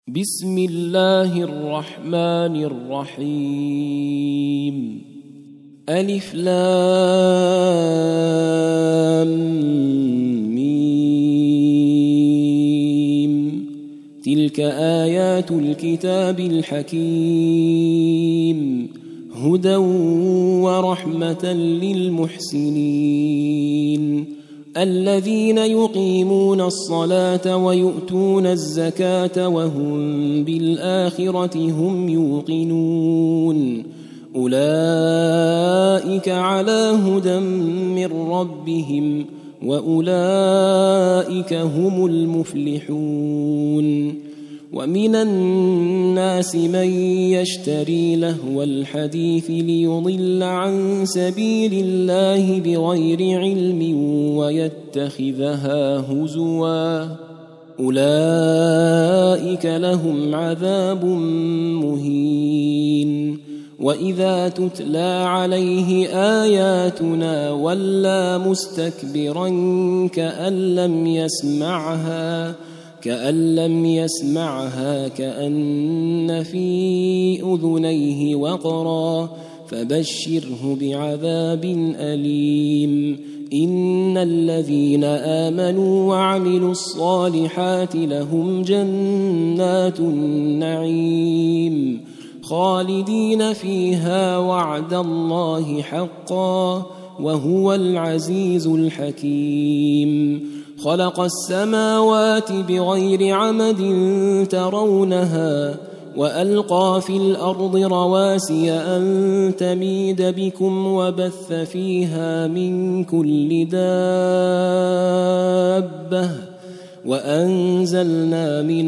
بسم الله الرحمن الرحيم. ألف لام ميم. تلك آيات الكتاب الحكيم، هدى ورحمة للمحسنين الذين يقيمون الصلاة ويؤتون الزكاة وهم بالآخرة هم يوقنون. أولئك على هدى من ربهم وأولئك هم المفلحون. ومن الناس من يشتري لهو الحديث ليضل عن سبيل الله بغير علم ويتخذها هزوا، أولئك لهم عذاب مهين. وإذا تتلى عليه آياتنا ولى مستكبرا كأن لم يسمعها كأن في أذنيه وقرا، فبشره بعذاب أليم. إن الذين آمنوا وعملوا الصالحات لهم جنات النعيم خالدين فيها وعد الله حقا وهو العزيز الحكيم. خلق السماوات بغير عمد ترونها وألقى في الأرض رواسي أن تميد بكم وبث فيها من كل دابة وأنزلنا من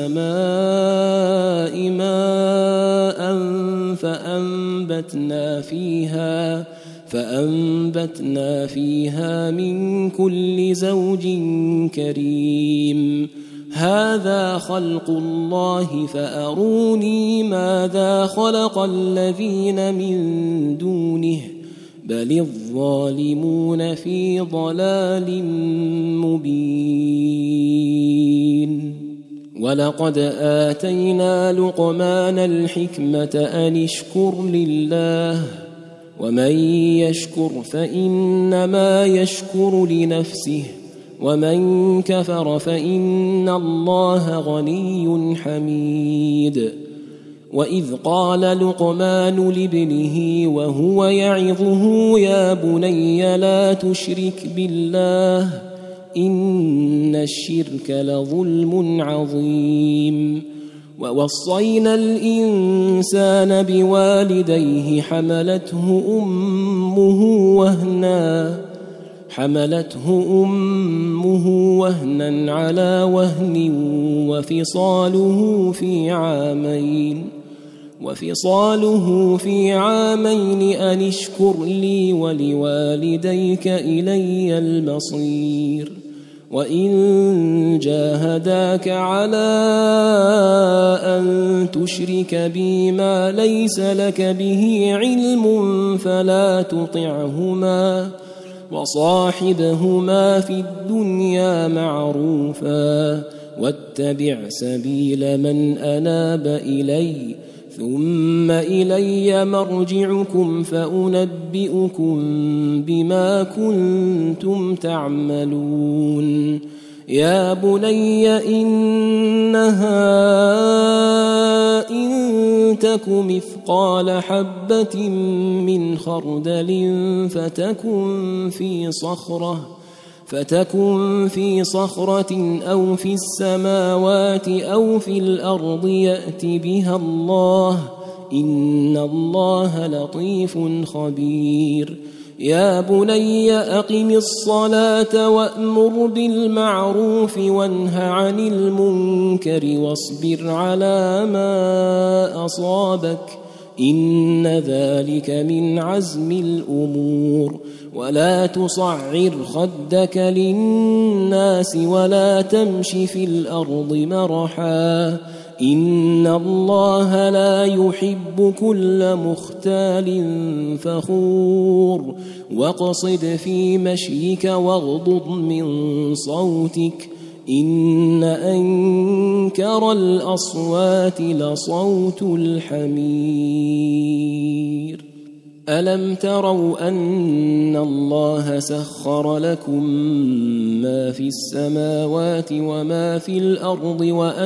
السماء ماء فأنبتنا فيها من كل زوج كريم. هذا خلق الله فأروني ماذا خلق الذين من دونه بل الظالمون في ضلال مبين. ولقد آتينا لقمان الحكمة أن اشكر لله ومن يشكر فإنما يشكر لنفسه ومن كفر فإن الله غني حميد. وإذ قال لقمان لابنه وهو يعظه يا بني لا تشرك بالله إن الشرك لظلم عظيم. ووصينا الإنسان بوالديه حملته أمه وهنا على وهن وفصاله في عامين أن اشكر لي ولوالديك إلي المصير. وإن جاهداك على أن تشرك بي ما ليس لك به علم فلا تطعهما وصاحبهما في الدنيا معروفا واتبع سبيل من أناب إلي ثم إلي مرجعكم فأنبئكم بما كنتم تعملون. يا بني إنها إن تك مثقال حبة من خردل فتكن في صخرة أو في السماوات أو في الأرض يأت بها الله إن الله لطيف خبير. يا بني أقم الصلاة وأمر بالمعروف وانه عن المنكر واصبر على ما أصابك إن ذلك من عزم الأمور. ولا تصعر خدك للناس ولا تمش في الأرض مرحا إن الله لا يحب كل مختال فخور. واقصد في مشيك واغضض من صوتك إن أنكر الأصوات لصوت الحمير. ألم تروا أن الله سخر لكم ما في السماوات وما في الأرض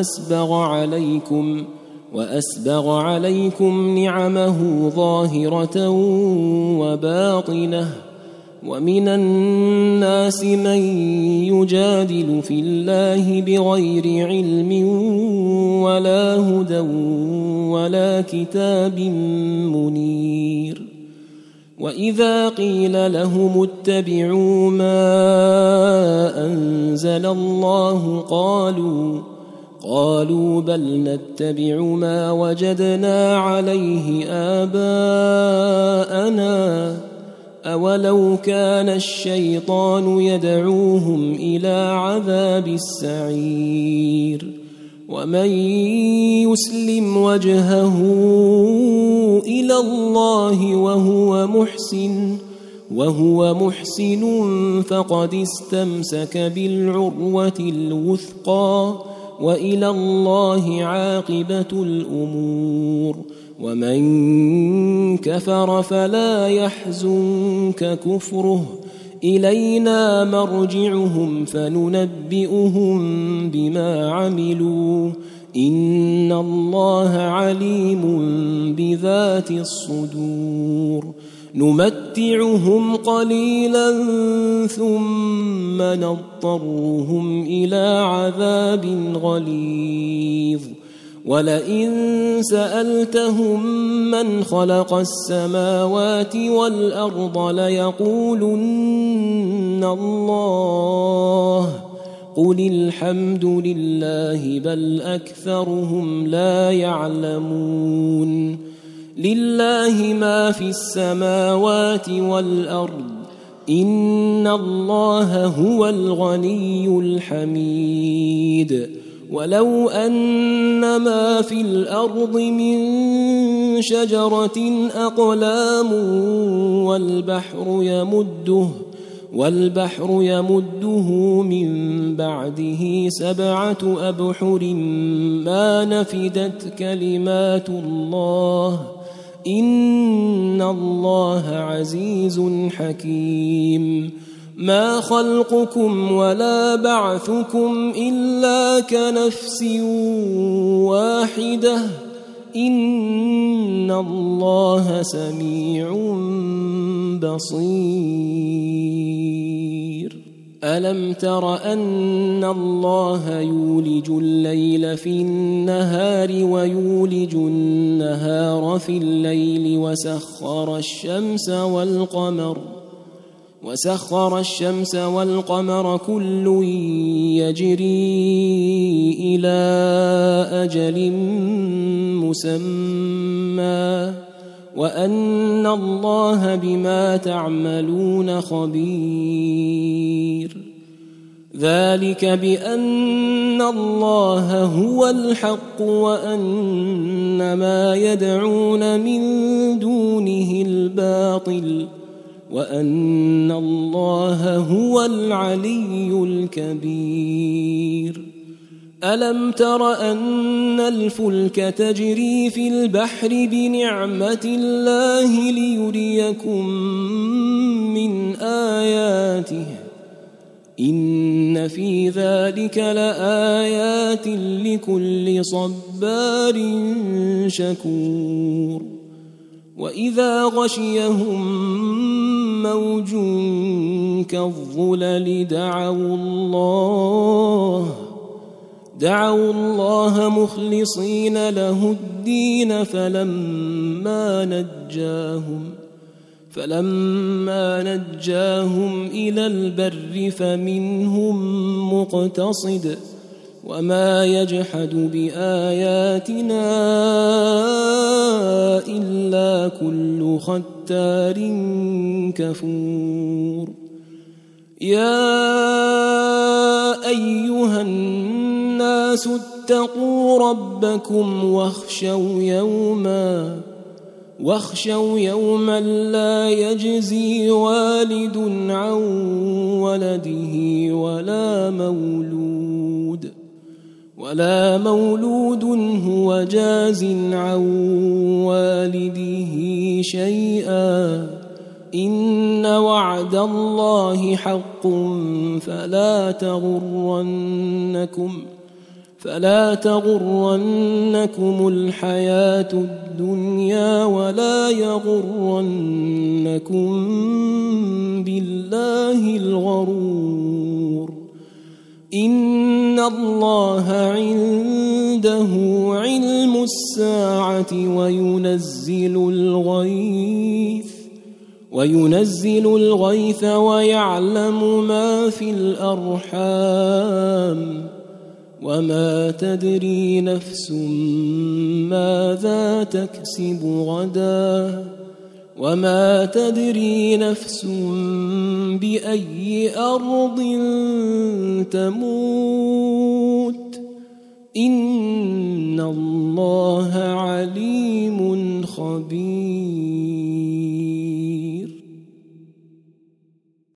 وأسبغ عليكم نعمه ظاهرة وباطنة، ومن الناس من يجادل في الله بغير علم ولا هدى ولا كتاب منير. وإذا قيل لهم اتبعوا ما أنزل الله قالوا بل نتبع ما وجدنا عليه آباءنا أولو كان الشيطان يدعوهم إلى عذاب السعير. ومن يسلم وجهه إلى الله وهو محسن فقد استمسك بالعروة الوثقى وإلى الله عاقبة الأمور. ومن كفر فلا يحزنك كفره، إلينا مرجعهم فننبئهم بما عملوا، إن الله عليم بذات الصدور. نمتعهم قليلا ثم نضطرهم إلى عذاب غليظ. ولئن سألتهم من خلق السماوات والأرض ليقولن الله، قل الحمد لله بل أكثرهم لا يعلمون. لله ما في السماوات والأرض، إن الله هو الغني الحميد. ولو أن ما في الأرض من شجرة أقلام والبحر يمده من بعده 7 أبحر ما نفدت كلمات الله، إن الله عزيز حكيم. ما خلقكم ولا بعثكم إلا كنفس واحدة، إن الله سميع بصير. ألم تر أن الله يولج الليل في النهار ويولج النهار في الليل وسخر الشمس والقمر كل يجري إلى أجل مسمى، وأن الله بما تعملون خبير. ذلك بأن الله هو الحق وأن ما يدعون من دونه الباطل، وأن الله هو العلي الكبير. ألم تر أن الفلك تجري في البحر بنعمة الله ليريكم من آياته، إن في ذلك لآيات لكل صبار شكور. وإذا غشيهم موج كالظلل دعوا الله مخلصين له الدين فلما نجاهم إلى البر فمنهم مقتصد، وما يجحد بآياتنا إلا كل ختار كفور. يا أيها الناس اتقوا ربكم واخشوا يوما لا يجزي والد عن ولده ولا مولود هو جاز عن والده شيئا إن وعد الله حق فلا تغرنكم الحياة الدنيا ولا يغرنكم بالله الغرور إن الله عنده علم الساعة وينزل الغيث ويعلم ما في الأرحام وما تدري نفس ماذا تكسب غدا وما تدري نفس بأي أرض تموت إن الله عليم خبير.